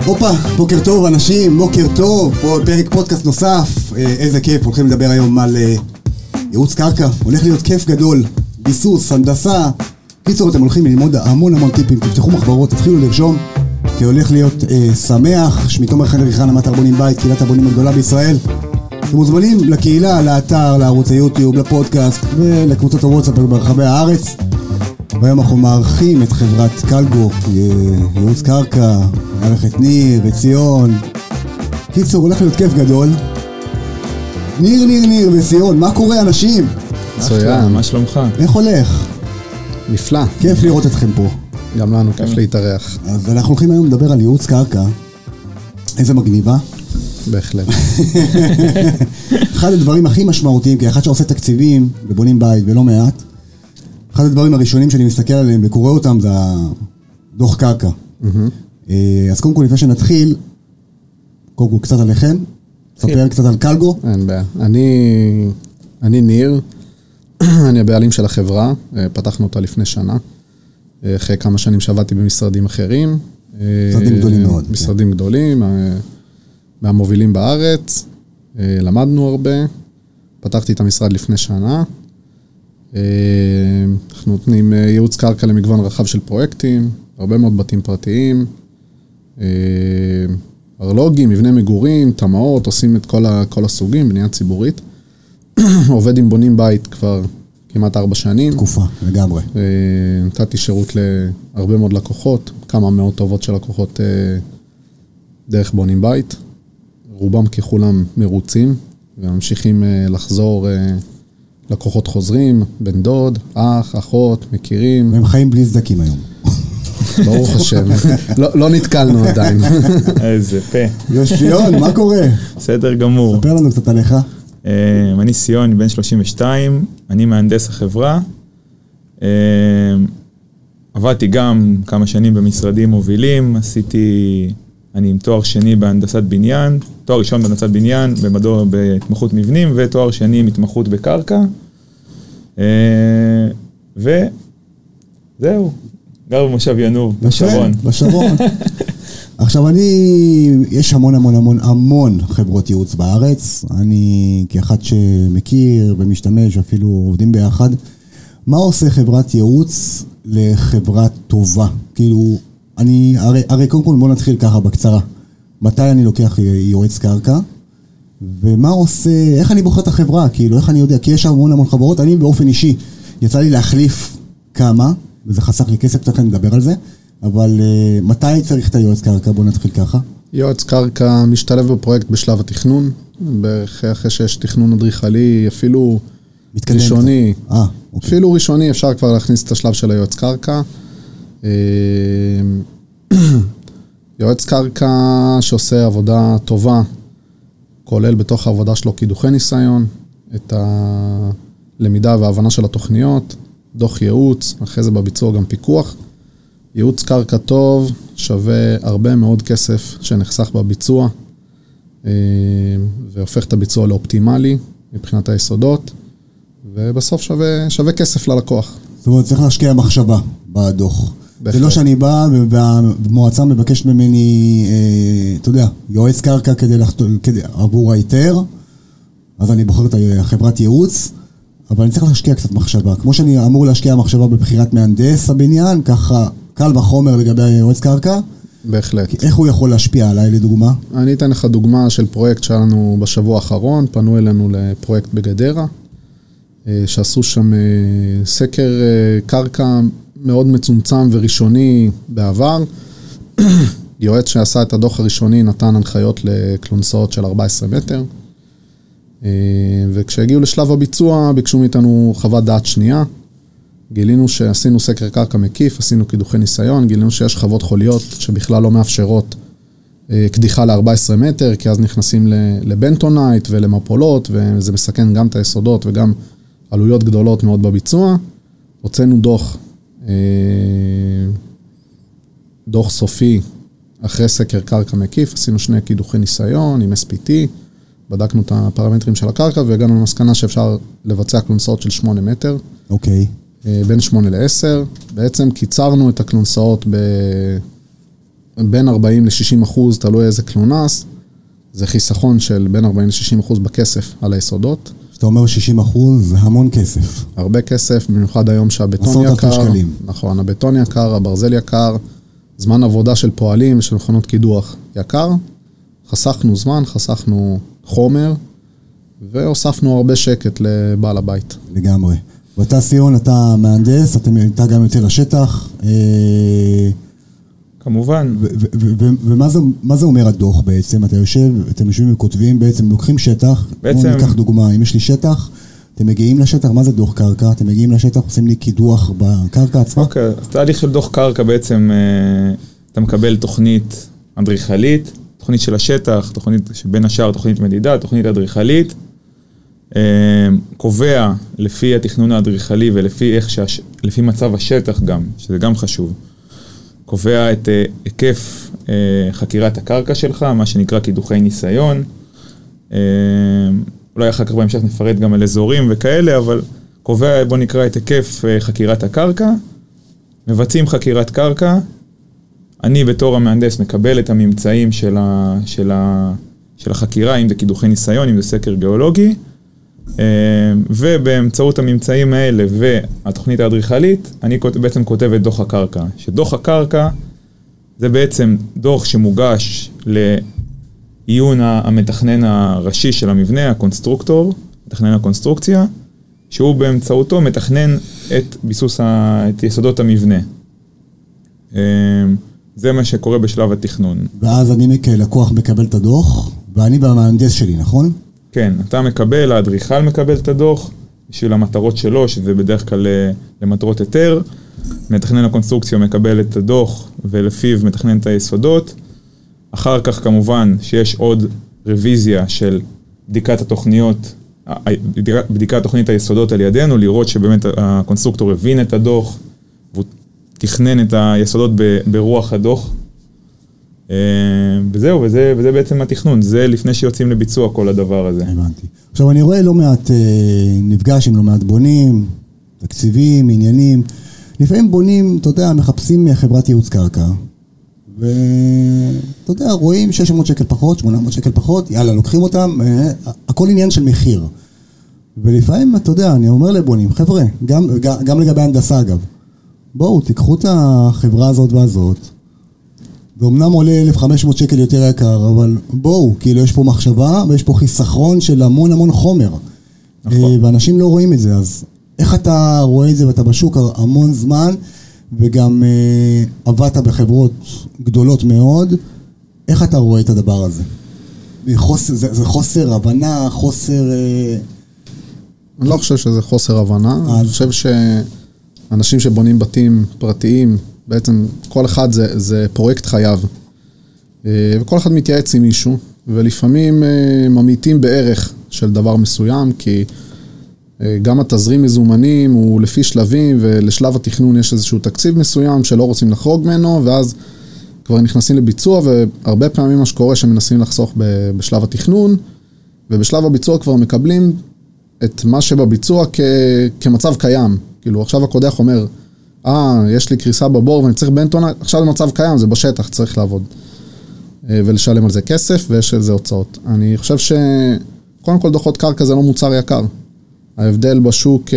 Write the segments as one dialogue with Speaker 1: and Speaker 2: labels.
Speaker 1: הופה, בוקר טוב אנשים, בוקר טוב, פה פרק פודקאסט נוסף, איזה כיף, הולכים לדבר היום על ייעוץ קרקע, הולך להיות כיף גדול, ביסוס, הנדסה, קיצור אתם הולכים ללמוד המון טיפים, תפתחו מחברות, תתחילו לרשום, כי הולך להיות שמח, שמי תומר חן ריחן, אמת הבונים בית, קהילת הבונים הגדולה בישראל, אתם מוזמנים לקהילה, לאתר, לערוץ היוטיוב, לפודקאסט ולקבוצות הוואטסאפ ברחבי הארץ. והיום אנחנו מארחים את חברת קלגו, ייעוץ קרקע, מערכת ניר, ציון. קיצור, הולך להיות כיף גדול. ניר וציון, מה קורה אנשים?
Speaker 2: מצוין, מה שלומך?
Speaker 1: איך הולך?
Speaker 2: נפלא.
Speaker 1: כיף לראות אתכם פה.
Speaker 2: גם לנו כיף להתארח.
Speaker 1: אז אנחנו הולכים היום לדבר על ייעוץ קרקע. איזה מגניבה.
Speaker 2: בהחלט.
Speaker 1: אחד הדברים הכי משמעותיים, כי אחד שעושה תקציבים ובונים בית ולא מעט, אחד הדברים הראשונים שאני מסתכל עליהם וקורא אותם זה הדוח קרקע. אז קודם כל לפני שנתחיל, קודם כל קצת עליכם, ספר קצת על קלגו.
Speaker 2: אין בעיה. אני ניר, אני הבעלים של החברה, פתחנו אותה לפני שנה, אחרי כמה שנים שעבדתי במשרדים אחרים.
Speaker 1: משרדים גדולים מאוד.
Speaker 2: משרדים גדולים, מהמובילים בארץ, למדנו הרבה, פתחתי את המשרד לפני שנה, אנחנו נותנים ייעוץ קרקע למגוון רחב של פרויקטים, הרבה מאוד בתים פרטיים, ארלוגים, מבני מגורים, תמאות, עושים את כל הסוגים, בנייה ציבורית. עובד עם בונים בית כבר כמעט 4 שנים.
Speaker 1: תקופה, לגמרי.
Speaker 2: נתתי שירות להרבה מאוד לקוחות, כמה מאות טובות של לקוחות דרך בונים בית. רובם ככולם מרוצים, וממשיכים לחזור לקוחות חוזרים, בן דוד, אח, אחות, מכירים.
Speaker 1: והם חיים בלי סדקים היום.
Speaker 2: ברוך השם, לא נתקלנו עדיין.
Speaker 3: איזה פה.
Speaker 1: יושיון, מה קורה?
Speaker 3: בסדר גמור.
Speaker 1: ספר לנו קצת עליך.
Speaker 3: אני ציון, בן 32, אני מהנדס החברה. עבדתי גם כמה שנים במשרדים מובילים, אני עם תואר שני בהנדסת בניין, תואר ראשון בהנדסת בניין, בהתמחות מבנים, ותואר שני עם התמחות בקרקע. וזהו, גר במושב ינוב, בשרון.
Speaker 1: בשרון. עכשיו יש המון חברות ייעוץ בארץ, אני כאחד שמכיר ומשתמש, אפילו עובדים ביחד. מה עושה חברת ייעוץ לחברה טובה? כאילו, הרי קודם כל בוא נתחיל ככה בקצרה. מתי אני לוקח יועץ קרקע? ומה עושה, איך אני בוחר את החברה? כאילו, איך אני יודע? כי יש המון חברות, אני באופן אישי, יצא לי להחליף כמה, וזה חסך לי כסף, תכף נדבר על זה, אבל מתי צריך את היועץ קרקע? בוא נתחיל ככה.
Speaker 2: יועץ קרקע משתלב בפרויקט בשלב התכנון, אחרי שיש תכנון אדריכלי, אפילו ראשוני, אפילו ראשוני אפשר כבר להכניס את השלב של היועץ קרקע. יועץ קרקע שעושה עבודה טובה, כולל בתוך העבודה שלו קידוחי ניסיון, את הלמידה וההבנה של התוכניות, דוח ייעוץ, אחרי זה בביצוע גם פיקוח. ייעוץ קרקע טוב שווה הרבה מאוד כסף שנחסך בביצוע, והופך את הביצוע לאופטימלי מבחינת היסודות, ובסוף שווה כסף ללקוח.
Speaker 1: זאת אומרת, צריך להשקיע מחשבה בדוח. זה לא שאני בא ובמועצה מבקשת ממני, אתה יודע, יועץ קרקע עבור היתר, אז אני בוחר את חברת ייעוץ, אבל אני צריך להשקיע קצת מחשבה. כמו שאני אמור להשקיע מחשבה בבחירת מהנדס הבניין, ככה קל וחומר לגבי יועץ קרקע.
Speaker 2: בהחלט.
Speaker 1: איך הוא יכול להשפיע עליי לדוגמה?
Speaker 2: אני אתן לך דוגמה של פרויקט שלנו בשבוע האחרון, פנו אלינו לפרויקט בגדרה, שעשו שם סקר קרקע מאוד מצומצם וראשוני בעבר. יועץ שעשה את הדוח הראשוני נתן הנחיות לקלונסאות של 14 מטר, וכשהגיעו לשלב הביצוע ביקשו מאיתנו חוות דעת שנייה. גילינו שעשינו סקר קרקע מקיף, עשינו קידוחי ניסיון, גילינו שיש חוות חוליות שבכלל לא מאפשרות קדיחה ל-14 מטר, כי אז נכנסים לבנטונייט ולמפולות, וזה מסכן גם את היסודות וגם עלויות גדולות מאוד בביצוע. הוצאנו דוח סופי אחרי סקר קרקע מקיף, עשינו 2 קידוחי ניסיון עם SPT, בדקנו את הפרמטרים של הקרקע, והגענו למסקנה שאפשר לבצע קלונסאות של 8 מטר.
Speaker 1: אוקיי.
Speaker 2: בין 8 ל-10. בעצם קיצרנו את הקלונסאות בין 40 ל-60%, תלוי איזה קלונס, זה חיסכון של בין 40 ל-60% בכסף על היסודות.
Speaker 1: שאתה אומר 60% זה המון כסף.
Speaker 2: הרבה כסף, במיוחד היום שהבטון יקר. 10,000 שקלים. נכון, הבטון יקר, הברזל יקר, זמן עבודה של פועלים ושל מכונות קידוח יקר. חסכנו זמן, חסכנו חומר, והוספנו הרבה שקט לבעל הבית.
Speaker 1: לגמרי. ואתה סיון, אתה מהנדס, אתה גם יוצא לשטח.
Speaker 3: כמובן.
Speaker 1: ומה זה אומר הדוח בעצם? אתם יושבים וכותבים, בעצם לוקחים שטח, בואו ניקח דוגמה, אם יש לי שטח, אתם מגיעים לשטח, מה זה דוח קרקע? אתם מגיעים לשטח, עושים לי קידוח בקרקע עצמה?
Speaker 3: אוקיי, תהליך של דוח קרקע בעצם, אתה מקבל תוכנית אדריכלית, תוכנית של השטח, תוכנית שבין השאר תוכנית מדידה, תוכנית אדריכלית, קובע לפי התכנון האדריכלי ולפי מצב השטח גם, שזה גם חשוב. קובע את היקף חקירת הקרקע שלך, מה שנקרא קידוחי ניסיון. אולי אחר כך בהמשך נפרט גם על אזורים וכאלה, אבל קובע, בוא נקרא את היקף חקירת הקרקע. מבצעים חקירת קרקע. אני בתור המהנדס מקבל את הממצאים של החקירה, אם זה קידוחי ניסיון, אם זה סקר גיאולוגי. ובאמצעות הממצאים האלה והתוכנית האדריכלית, אני בעצם כותב את דוח הקרקע. שדוח הקרקע זה בעצם דוח שמוגש לעיון המתכנן הראשי של המבנה, הקונסטרוקטור, מתכנן הקונסטרוקציה, שהוא באמצעותו מתכנן את ביסוס, את יסודות המבנה. זה מה שקורה בשלב התכנון.
Speaker 1: ואז אני כלקוח מקבל את הדוח, ואני במהנדס שלי, נכון?
Speaker 3: כן, אתה מקבל, האדריכל מקבל את הדוח, בשביל המטרות שלו, שזה בדרך כלל למטרות היתר. מתכנן הקונסטרוקציה מקבל את הדוח, ולפיו מתכנן את היסודות. אחר כך כמובן שיש עוד רוויזיה של בדיקת התוכניות, בדיקת תוכנית היסודות על ידינו, לראות שבאמת הקונסטרוקטור הבין את הדוח, והוא תכנן את היסודות ברוח הדוח. וזהו, וזה בעצם התכנון, זה לפני שיוצאים לביצוע כל הדבר הזה.
Speaker 1: הבנתי. עכשיו אני רואה לא מעט, נפגש עם לא מעט בונים, תקציבים, עניינים, לפעמים בונים, אתה יודע, מחפשים חברת ייעוץ קרקע, ואתה יודע, רואים 600 שקל פחות, 800 שקל פחות, יאללה, לוקחים אותם, הכל עניין של מחיר. ולפעמים, אתה יודע, אני אומר לבונים, חבר'ה, גם לגבי הנדסה אגב, בואו, תיקחו את החברה הזאת והזאת, ואומנם עולה 1,500 שקל יותר יקר, אבל בואו, כאילו יש פה מחשבה ויש פה חיסכון של המון המון חומר. נכון. ואנשים לא רואים את זה, אז איך אתה רואה את זה ואתה בשוק המון זמן, וגם עבדת בחברות גדולות מאוד, איך אתה רואה את הדבר הזה? זה חוסר הבנה, חוסר...
Speaker 2: אני לא חושב שזה חוסר הבנה, אני חושב שאנשים שבונים בתים פרטיים, בעצם כל אחד זה פרויקט חייו, וכל אחד מתייעץ עם מישהו, ולפעמים ממיתים בערך של דבר מסוים, כי גם התזרים מזומנים הוא לפי שלבים, ולשלב התכנון יש איזשהו תקציב מסוים שלא רוצים לחרוג ממנו, ואז כבר נכנסים לביצוע, והרבה פעמים מה שקורה שמנסים לחסוך בשלב התכנון, ובשלב הביצוע כבר מקבלים את מה שבביצוע כמצב קיים. כאילו עכשיו הקודח אומר, יש לי קריסה בבור ואני צריך בנטון, עכשיו במצב קיים, זה בשטח, צריך לעבוד. ולשלם על זה כסף, ויש על זה הוצאות. אני חושב שקודם כל דוחות קרקע זה לא מוצר יקר. ההבדל בשוק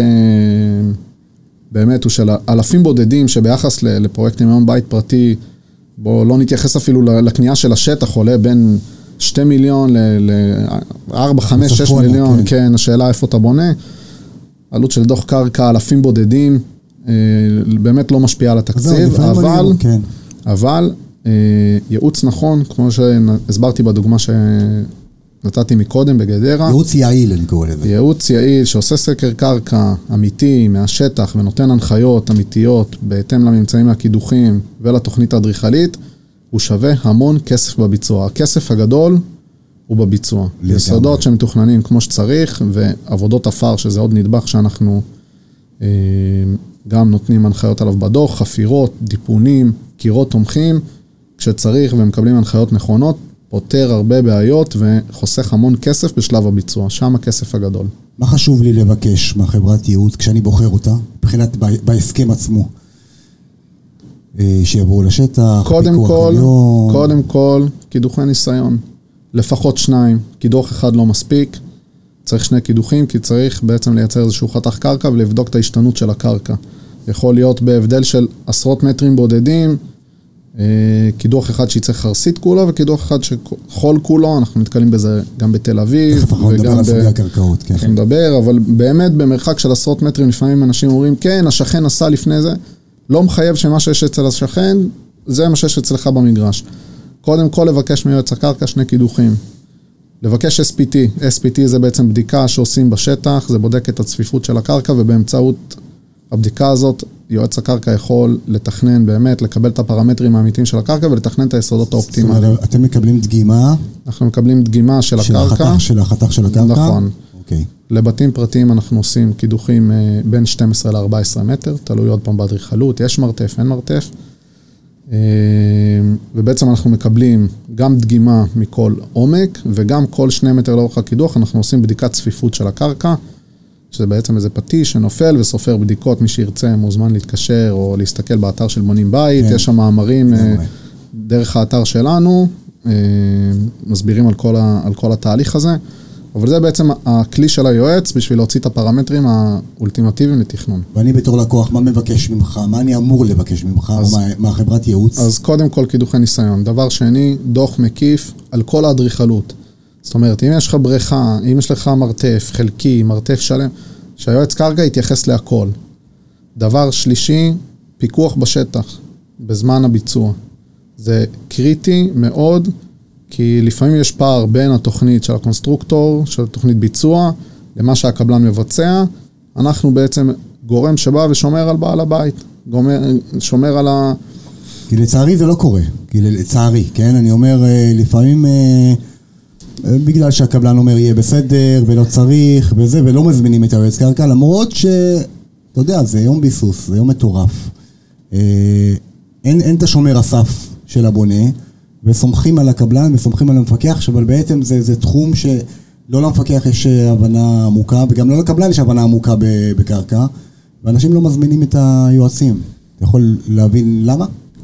Speaker 2: באמת הוא של אלפים בודדים, שביחס לפרויקטים היום בית פרטי, בו לא נתייחס אפילו לקנייה של השטח, עולה בין 2 מיליון ל-4, 5, 6 מיליון, כן, השאלה איפה אתה בונה. עלות של דוח קרקע, אלפים בודדים, באמת לא משפיע על התקציב, אבל ייעוץ נכון, כמו שהסברתי בדוגמה שנתתי מקודם בגדרה.
Speaker 1: ייעוץ יעיל, אני קורא לזה.
Speaker 2: ייעוץ יעיל שעושה סקר קרקע אמיתי מהשטח ונותן הנחיות אמיתיות בהתאם לממצאים מהקידוחים ולתוכנית האדריכלית, הוא שווה המון כסף בביצוע. הכסף הגדול הוא בביצוע. יסודות שמתוכננים כמו שצריך, ועבודות אפר, שזה עוד נדבך שאנחנו גם נותנים הנחיות עליו בדוח, חפירות, דיפונים, קירות תומכים, כשצריך ומקבלים הנחיות נכונות, פותר הרבה בעיות וחוסך המון כסף בשלב הביצוע, שם הכסף הגדול.
Speaker 1: מה חשוב לי לבקש מהחברת ייעוץ כשאני בוחר אותה, מבחינת בהסכם עצמו? שיעברו לשטח,
Speaker 2: קודם כל, קידוחי ניסיון. לפחות 2, קידוח אחד לא מספיק. צריך 2 קידוחים, כי צריך בעצם לייצר איזשהו חתך קרקע ולבדוק את ההשתנות של הקרקע. יכול להיות בהבדל של עשרות מטרים בודדים, קידוח אחד שיצא חרסית כולו, וקידוח אחד שחול כולו, אנחנו מתקלים בזה גם בתל אביב.
Speaker 1: אנחנו נדבר על סוגי הקרקעות, כן.
Speaker 2: אנחנו נדבר, אבל באמת במרחק של עשרות מטרים, לפעמים אנשים אומרים, כן, השכן עשה לפני זה, לא מחייב שמה שיש אצל השכן, זה מה שיש אצלך במגרש. קודם כל לבקש מיועץ הקרקע 2 קידוחים. לבקש SPT. SPT זה בעצם בדיקה שעושים בשטח, זה בודק את הצפיפות של הקרקע, ובאמצעות הבדיקה הזאת, יועץ הקרקע יכול לתכנן באמת, לקבל את הפרמטרים האמיתיים של הקרקע, ולתכנן את היסודות האופטימליים.
Speaker 1: זאת אומרת, אתם מקבלים דגימה?
Speaker 2: אנחנו מקבלים דגימה של הקרקע.
Speaker 1: של החתך של הקרקע?
Speaker 2: נכון.
Speaker 1: אוקיי.
Speaker 2: לבתים פרטיים אנחנו עושים קידוחים בין 12 ל-14 מטר, תלוי עוד פעם באדריכלות, יש מרתף, אין מרתף. ובעצם אנחנו מקבלים גם דגימה מכל עומק, וגם כל 2 מטר לאורך הקידוח, אנחנו עושים בדיקת צפיפות של הקרקע, שזה בעצם איזה פטיש שנופל וסופר בדיקות, מי שירצה מוזמן להתקשר או להסתכל באתר של בונים בית, יש שם מאמרים דרך האתר שלנו, מסבירים על כל התהליך הזה, אבל זה בעצם הכלי של היועץ בשביל להוציא את הפרמטרים האולטימטיביים לתכנון.
Speaker 1: ואני בתור לקוח, מה מבקש ממך? מה אני אמור לבקש ממך? מה חברת ייעוץ?
Speaker 2: אז קודם כל קידוחי ניסיון. דבר שני, דוח מקיף על כל האדריכלות. זאת אומרת, אם יש לך בריכה, אם יש לך מרתף חלקי, מרתף שלם, שהיועץ קרקע יתייחס להכל. דבר שלישי, פיקוח בשטח, בזמן הביצוע. זה קריטי מאוד, כי לפעמים יש פער בין התוכנית של הקונסטרוקטור, של תוכנית ביצוע, למה שהקבלן מבצע. אנחנו בעצם גורם שבא ושומר על בעל הבית, שומר על ה...
Speaker 1: כי לצערי זה לא קורה, כי לצערי, כן? אני אומר, לפעמים בגלל שהקבלן אומר יהיה בסדר, ולא צריך, וזה, ולא מזמינים את היועץ קרקע, למרות ש... אתה יודע, זה יום ביסוס, זה יום מטורף. אין את השומר הסף של הבונה, וסומכים על הקבלן, וסומכים על המפקח, אבל בעצם זה תחום שלא למפקח יש הבנה עמוקה, וגם לא לקבלן יש הבנה עמוקה בקרקע, ואנשים לא מזמינים את היועצים. אתה יכול להבין למה?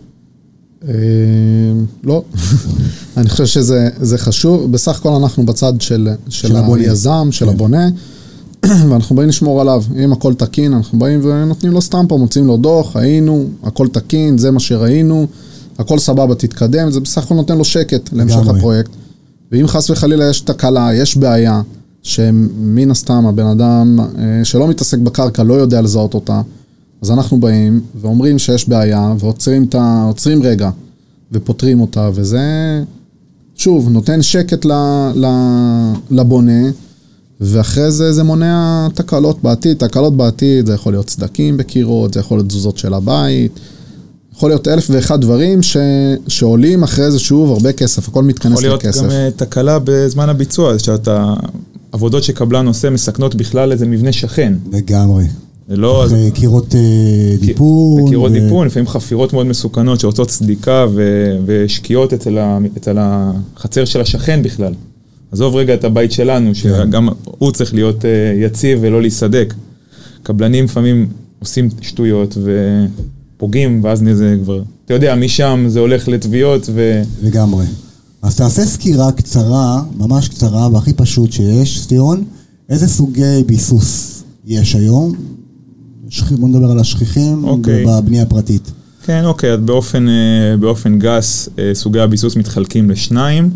Speaker 2: לא. אני חושב שזה חשוב. בסך הכל אנחנו בצד של היזם, של הבונה, ואנחנו באים לשמור עליו. אם הכל תקין, אנחנו באים ונותנים לו סטמפה, מוצאים לו דוח, היינו, הכל תקין, זה מה שראינו, הכל סבבה, תתקדם, זה בסך הכל נותן לו שקט להמשך הפרויקט. ואם חס וחלילה יש תקלה, יש בעיה, שמן הסתם הבן אדם שלא מתעסק בקרקע לא יודע לזהות אותה, אז אנחנו באים ואומרים שיש בעיה, ועוצרים רגע, ופותרים אותה, וזה, שוב, נותן שקט לבונה, ואחרי זה מונע תקלות בעתיד. תקלות בעתיד, זה יכול להיות סדקים בקירות, זה יכול להיות תזוזות של הבית, יכול להיות 1,001 דברים שעולים אחרי זה שוב הרבה כסף, הכל מתכנס לכסף.
Speaker 3: יכול להיות גם תקלה בזמן הביצוע, שאתה, עבודות שקבלן עושה מסכנות בכלל איזה מבנה שכן.
Speaker 1: לגמרי.
Speaker 3: לא,
Speaker 1: קירות דיפון.
Speaker 3: קירות דיפון, לפעמים חפירות מאוד מסוכנות שרוצות סדיקה ושקיעות אצל החצר של השכן בכלל. עזוב רגע את הבית שלנו, שגם הוא צריך להיות יציב ולא להיסדק. קבלנים לפעמים עושים שטויות ופוגעים, ואז זה כבר, אתה יודע, משם זה הולך לתביעות
Speaker 1: לגמרי. אז תעשה סקירה קצרה, ממש קצרה, והכי פשוט שיש, סטיון, איזה סוגי ביסוס יש היום? בוא נדבר על השכיחים בבנייה הפרטית.
Speaker 3: כן, אוקיי, אז באופן גס, סוגי הביסוס מתחלקים לשניים.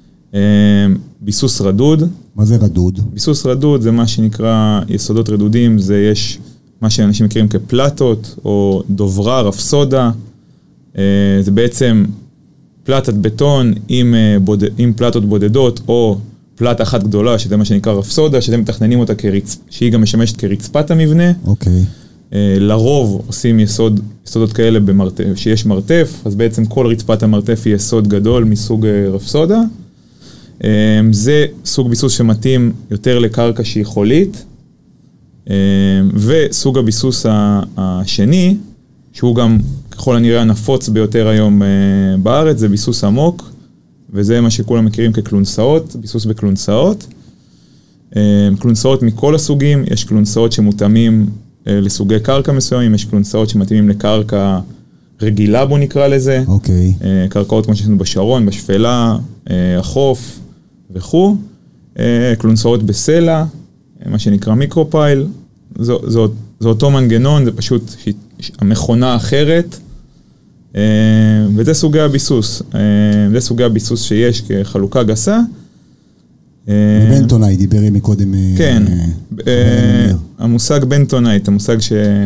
Speaker 3: ביסוס רדוד.
Speaker 1: מה זה רדוד?
Speaker 3: ביסוס רדוד זה מה שנקרא יסודות רדודים, זה יש מה שאנשים מכירים כפלטות, או דוברה, רפסודה. זה בעצם פלטת בטון עם פלטות בודדות, או פלטה אחת גדולה, שזה מה שנקרא רפסודה, שאתם מתכננים אותה שהיא גם משמשת כרצפת המבנה.
Speaker 1: אוקיי.
Speaker 3: לרוב עושים יסודות כאלה שיש מרתף, אז בעצם כל רצפת המרתף היא יסוד גדול מסוג רפסודה. זה סוג ביסוס שמתאים יותר לקרקע שהיא חולית, וסוג הביסוס השני, שהוא גם ככל הנראה הנפוץ ביותר היום בארץ, זה ביסוס עמוק, וזה מה שכולם מכירים כקלונסאות, ביסוס בקלונסאות. קלונסאות מכל הסוגים, יש קלונסאות שמותאמים לסוגי קרקע מסוימים, יש קלונסאות שמתאימים לקרקע רגילה בו נקרא לזה.
Speaker 1: אוקיי.
Speaker 3: קרקעות כמו שיש לנו בשרון, בשפלה, החוף וכו'. קלונסאות בסלע, מה שנקרא מיקרופייל. זה אותו מנגנון, זה פשוט המכונה אחרת. וזה סוגי הביסוס. זה סוגי הביסוס שיש כחלוקה גסה.
Speaker 1: בנטונייט, דיברי מקודם.
Speaker 3: כן, המושג בנטונייט, המושג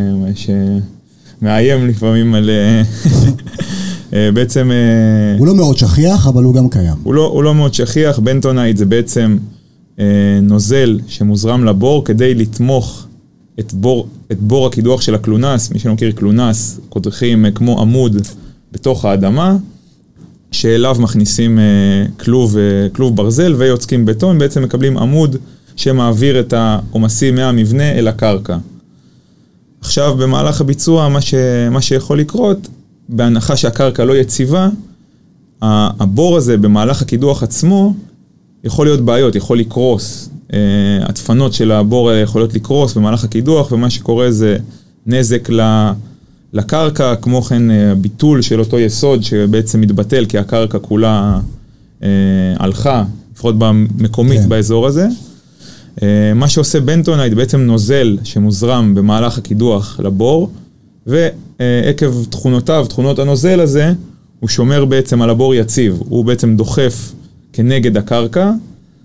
Speaker 3: שמאיים לפעמים על... בעצם...
Speaker 1: הוא לא מאוד שכיח, אבל הוא גם קיים.
Speaker 3: הוא לא מאוד שכיח, בנטונייט זה בעצם נוזל שמוזרם לבור כדי לתמוך את בור הקידוח של הקלונס. מי שלא מכיר קלונס, קודחים כמו עמוד בתוך האדמה, שאליו מכניסים כלוב ברזל ויוצקים בטון, בעצם מקבלים עמוד שמעביר את העומסים מהמבנה אל הקרקע. עכשיו במהלך הביצוע מה שיכול לקרות, בהנחה שהקרקע לא יציבה, הבור הזה במהלך הקידוח עצמו יכול להיות בעיות, יכול לקרוס. הדפנות של הבור יכולות לקרוס במהלך הקידוח, ומה שקורה זה נזק לקרקע, כמו כן ביטול של אותו יסוד שבעצם מתבטל, כי הקרקע כולה הלכה, לפחות במקומית באזור הזה. מה שעושה בנטונייט בעצם נוזל שמוזרם במהלך הקידוח לבור, ועקב תכונות הנוזל הזה, הוא שומר בעצם על הבור יציב, הוא בעצם דוחף כנגד הקרקע,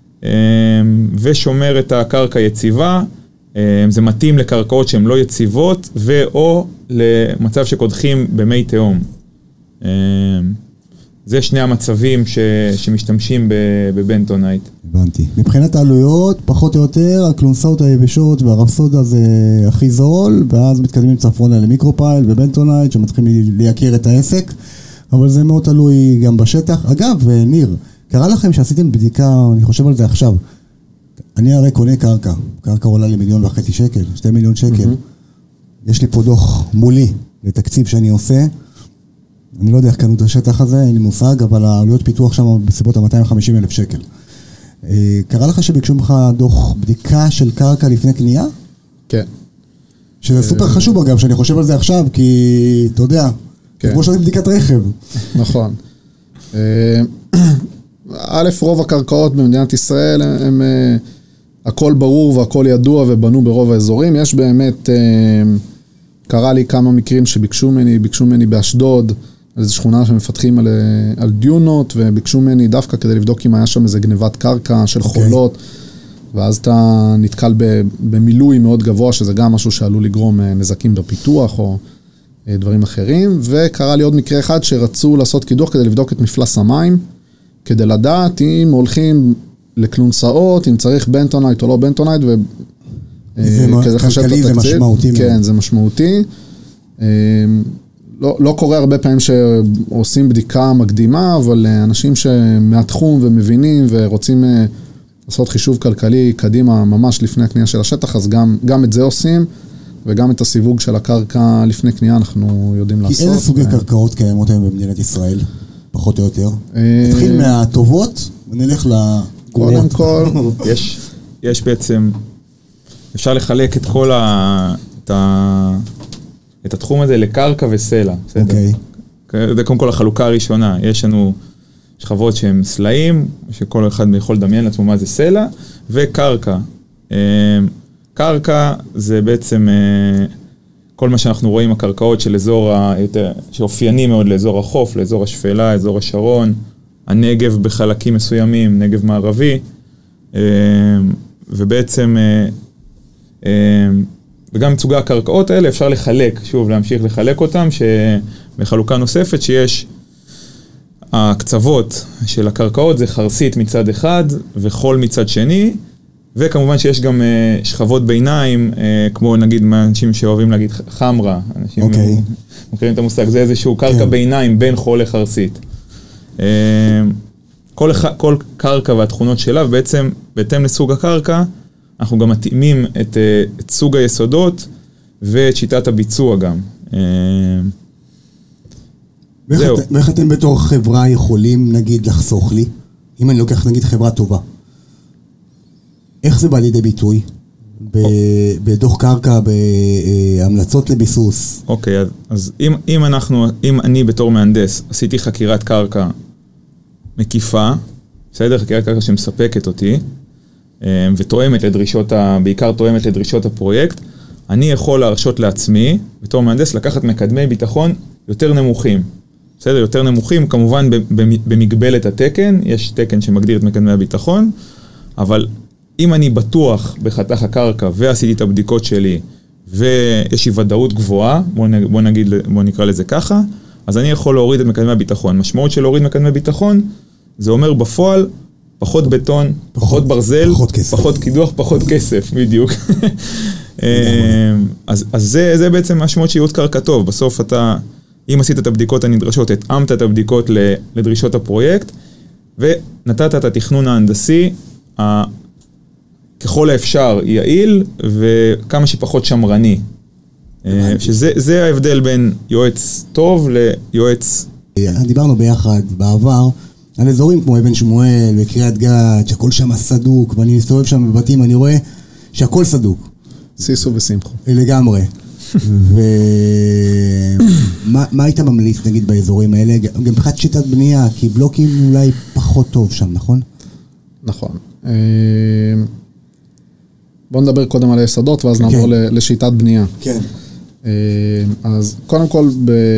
Speaker 3: ושומר את הקרקע יציבה. זה מתאים לקרקעות שהן לא יציבות, ואו למצב שקודחים במי תהום. זה שני המצבים שמשתמשים בבנטונייט.
Speaker 1: הבנתי. מבחינת העלויות, פחות או יותר, הקלונסאות היבשות והרפסודה זה הכי זול, ואז מתקדמים צפונה למיקרופייל ובנטונייט, שמתחילים לייקר את העסק, אבל זה מאוד תלוי גם בשטח. אגב, ניר, קרה לכם שעשיתם בדיקה, אני חושב על זה עכשיו, אני הרי קונה קרקע עולה לי 1.5 מיליון שקל, 2 מיליון שקל. יש לי פה דוח מולי לתקציב שאני עושה, אני לא יודע איך קנו את השטח הזה, אין לי מושג, אבל העלויות פיתוח שם בסביבות 250,000 שקל. קרה לך שביקשו ממך דוח בדיקה של קרקע לפני קנייה?
Speaker 2: כן.
Speaker 1: שזה סופר חשוב אגב, שאני חושב על זה עכשיו, כי אתה יודע, כמו שעושים בדיקת רכב.
Speaker 2: נכון. א', רוב הקרקעות במדינת ישראל הם הכל ברור והכל ידוע ובנו ברוב האזורים. יש באמת, קרה לי כמה מקרים שביקשו ממני באשדוד, על איזו שכונה שמפתחים על דיונות, וביקשו ממני דווקא כדי לבדוק אם היה שם איזה גניבת קרקע של חולות, ואז אתה נתקל במילוי מאוד גבוה, שזה גם משהו שעלול לגרום נזקים בפיתוח או דברים אחרים. וקרה לי עוד מקרה אחד שרצו לעשות קידוח כדי לבדוק את מפלס המים, כדי לדעת אם הולכים לקלונסאות, אם צריך בנטונייט או לא בנטונייט,
Speaker 1: זה כלכלי, זה משמעותי.
Speaker 2: כן, זה משמעותי. לא קורה הרבה פעמים שעושים בדיקה מקדימה, אבל אנשים שמהתחום ומבינים ורוצים לעשות חישוב כלכלי קדימה ממש לפני הקנייה של השטח, אז גם את זה עושים, וגם את הסיווג של הקרקע לפני קנייה אנחנו יודעים לעשות.
Speaker 1: כי איזה סוגי קרקעות קיימות היום במדינת ישראל? פחות או יותר. נתחיל מהטובות ונלך לגרועות.
Speaker 2: קודם כל,
Speaker 3: יש בעצם, אפשר לחלק את כל את התחום הזה לקרקע וסלע.
Speaker 1: אוקיי.
Speaker 3: זה קודם כל החלוקה הראשונה. יש לנו שכבות שהן סלעים, שכל אחד יכול לדמיין לעצמו מה זה סלע, וקרקע. קרקע זה בעצם כל מה שאנחנו רואים, הקרקעות של אזור, שאופייני מאוד לאזור החוף, לאזור השפלה, אזור השרון, הנגב בחלקים מסוימים, נגב מערבי, ובעצם, וגם סוגי הקרקעות האלה אפשר לחלק, שוב, להמשיך לחלק אותם, שבחלוקה נוספת שיש הקצוות של הקרקעות, זה חרסית מצד אחד וחול מצד שני, וכמובן שיש גם שכבות ביניים, כמו נגיד אנשים שאוהבים להגיד חמרה, אנשים מכירים את המושג, זה איזשהו קרקע ביניים בין חול לחרסית. כל קרקע והתכונות שלה, בעצם בהתאם לסוג הקרקע, אנחנו גם מתאימים את סוג היסודות ואת שיטת הביצוע גם.
Speaker 1: ואיך אתם בתור חברה יכולים, נגיד, לחסוך לי? אם אני לוקח, נגיד, חברה טובה. איך זה בא לידי ביטוי? בדוח קרקע, בהמלצות לביסוס.
Speaker 3: אוקיי, אז אם אני בתור מהנדס עשיתי חקירת קרקע מקיפה, בסדר? חקירת קרקע שמספקת אותי, ותואמת לדרישות, בעיקר תואמת לדרישות הפרויקט, אני יכול להרשות לעצמי, בתור מהנדס, לקחת מקדמי ביטחון יותר נמוכים. בסדר? יותר נמוכים, כמובן במגבלת התקן, יש תקן שמגדיר את מקדמי הביטחון, אבל אם אני בטוח בחתך הקרקע ועשיתי את הבדיקות שלי, ויש לי ודאות גבוהה, בוא נקרא לזה ככה, אז אני יכול להוריד את מקדמי הביטחון. משמעות של להוריד מקדמי ביטחון, זה אומר בפועל, פחות בטון, פחות ברזל, פחות קידוח, פחות כסף, בדיוק. אז זה בעצם משמעות של ייעוץ קרקע טוב. בסוף אתה, אם עשית את הבדיקות הנדרשות, התאמת את הבדיקות לדרישות הפרויקט, ונתת את התכנון ההנדסי, ככל האפשר יעיל, וכמה שפחות שמרני. שזה ההבדל בין יועץ טוב ליועץ...
Speaker 1: דיברנו ביחד בעבר, על אזורים כמו אבן שמואל וקריית גת, שהכל שם סדוק, ואני מסתובב שם בבתים, אני רואה שהכל סדוק.
Speaker 2: סיסו ושמחו.
Speaker 1: לגמרי. ומה היית ממליץ, נגיד, באזורים האלה? גם מבחינת שיטת בנייה, כי בלוקים אולי פחות טוב שם, נכון?
Speaker 2: נכון. בואו נדבר קודם על היסודות, ואז נעבור לשיטת בנייה.
Speaker 1: כן.
Speaker 2: אז קודם כל,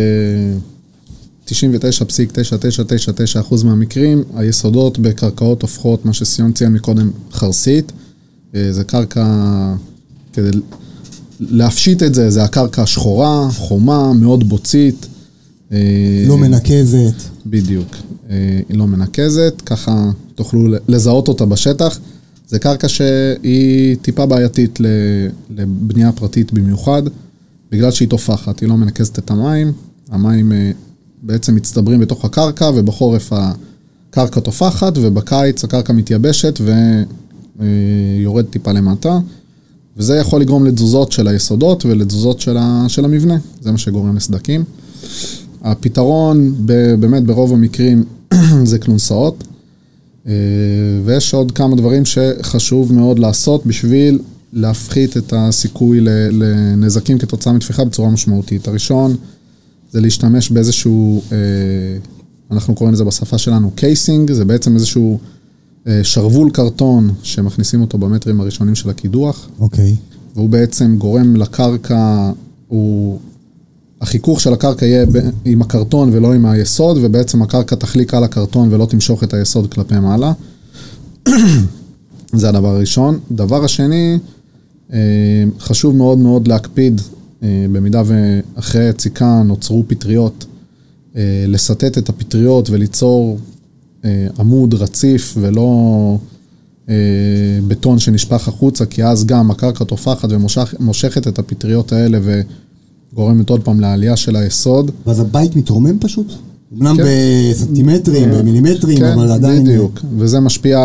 Speaker 2: ב-99.9999% מהמקרים, היסודות בקרקעות הופכות, מה שסיון ציין מקודם, חרסית. זה קרקע, כדי להפשיט את זה, זה הקרקע שחורה, חומה, מאוד בוצית.
Speaker 1: לא מנקזת.
Speaker 2: בדיוק. היא לא מנקזת, ככה תוכלו לזהות אותה בשטח. זה קרקע שהיא טיפה בעייתית לבנייה פרטית במיוחד, בגלל שהיא תופחת, היא לא מנקזת את המים, המים בעצם מצטברים בתוך הקרקע, ובחורף הקרקע תופחת, ובקיץ הקרקע מתייבשת ויורד טיפה למטה, וזה יכול לגרום לתזוזות של היסודות ולתזוזות של המבנה, זה מה שגורם לסדקים. הפתרון באמת ברוב המקרים זה כלונסאות, ויש עוד כמה דברים שחשוב מאוד לעשות בשביל להפחית את הסיכוי לנזקים כתוצאה מתפיחה בצורה משמעותית. הראשון זה להשתמש באיזשהו, אנחנו קוראים לזה בשפה שלנו קייסינג, זה בעצם איזשהו שרוול קרטון שמכניסים אותו במטרים הראשונים של הקידוח.
Speaker 1: אוקיי.
Speaker 2: והוא בעצם גורם לקרקע, החיכוך של הקרקע יהיה עם הקרטון ולא עם היסוד, ובעצם הקרקע תחליק על הקרטון ולא תמשוך את היסוד כלפי מעלה. זה הדבר הראשון. דבר השני, חשוב מאוד מאוד להקפיד, במידה ואחרי יציקה נוצרו פטריות, לסטט את הפטריות וליצור עמוד רציף ולא בטון שנשפך החוצה, כי אז גם הקרקע תופחת ומושכת את הפטריות האלה וגורמת עוד פעם לעלייה של היסוד.
Speaker 1: ואז הבית מתרומם פשוט? אמנם בסנטימטרים, במילימטרים, אבל עדיין...
Speaker 2: בדיוק, וזה משפיע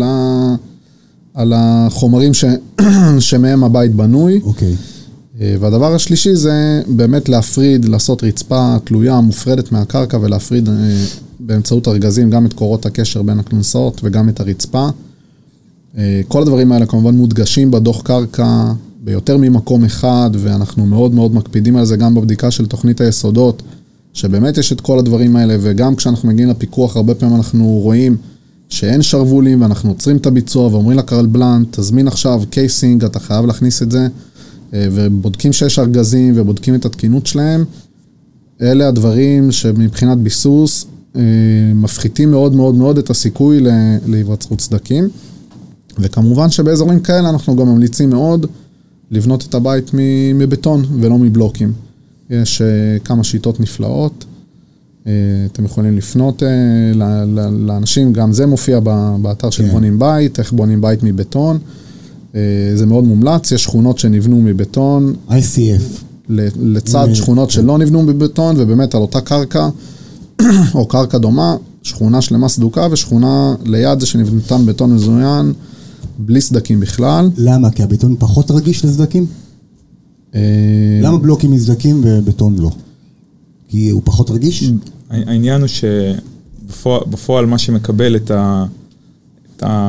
Speaker 2: על החומרים שמהם הבית בנוי.
Speaker 1: אוקיי.
Speaker 2: והדבר השלישי זה באמת להפריד, לעשות רצפה תלויה, מופרדת מהקרקע, ולהפריד באמצעות ארגזים גם את קורות הקשר בין הכלונסאות וגם את הרצפה. כל הדברים האלה כמובן מודגשים בדוח קרקע ביותר ממקום אחד, ואנחנו מאוד מאוד מקפידים על זה גם בבדיקה של תוכנית היסודות, שבאמת יש את כל הדברים האלה, וגם כשאנחנו מגיעים לפיקוח, הרבה פעמים אנחנו רואים שאין שרוולים, ואנחנו עוצרים את הביצוע, ואומרים לקרל בלנט, תזמין עכשיו קייסינג, אתה חייב להכניס את זה, ובודקים שיש ארגזים, ובודקים את התקינות שלהם. אלה הדברים שמבחינת ביסוס, מפחיתים מאוד מאוד מאוד את הסיכוי להיווצרות סדקים. וכמובן שבאזורים כאלה אנחנו גם ממליצים מאוד לבנות את הבית מבטון ולא מבלוקים. יש כמה שיטות נפלאות, אתם יכולים לפנות לאנשים, גם זה מופיע באתר של בונים בית, איך בונים בית מבטון, זה מאוד מומלץ, יש שכונות שנבנו מבטון,
Speaker 1: ICF.
Speaker 2: לצד שכונות שלא נבנו מבטון, ובאמת על אותה קרקע, או קרקע דומה, שכונה שלמה סדוקה, ושכונה ליד זה שנבנתה בטון מזוין, בלי סדקים בכלל.
Speaker 1: למה? כי הבטון פחות רגיש לסדקים? למה בלוקים מזדקים ובטון לא? כי הוא פחות רגיש?
Speaker 3: העניין הוא שבפועל מה שמקבל את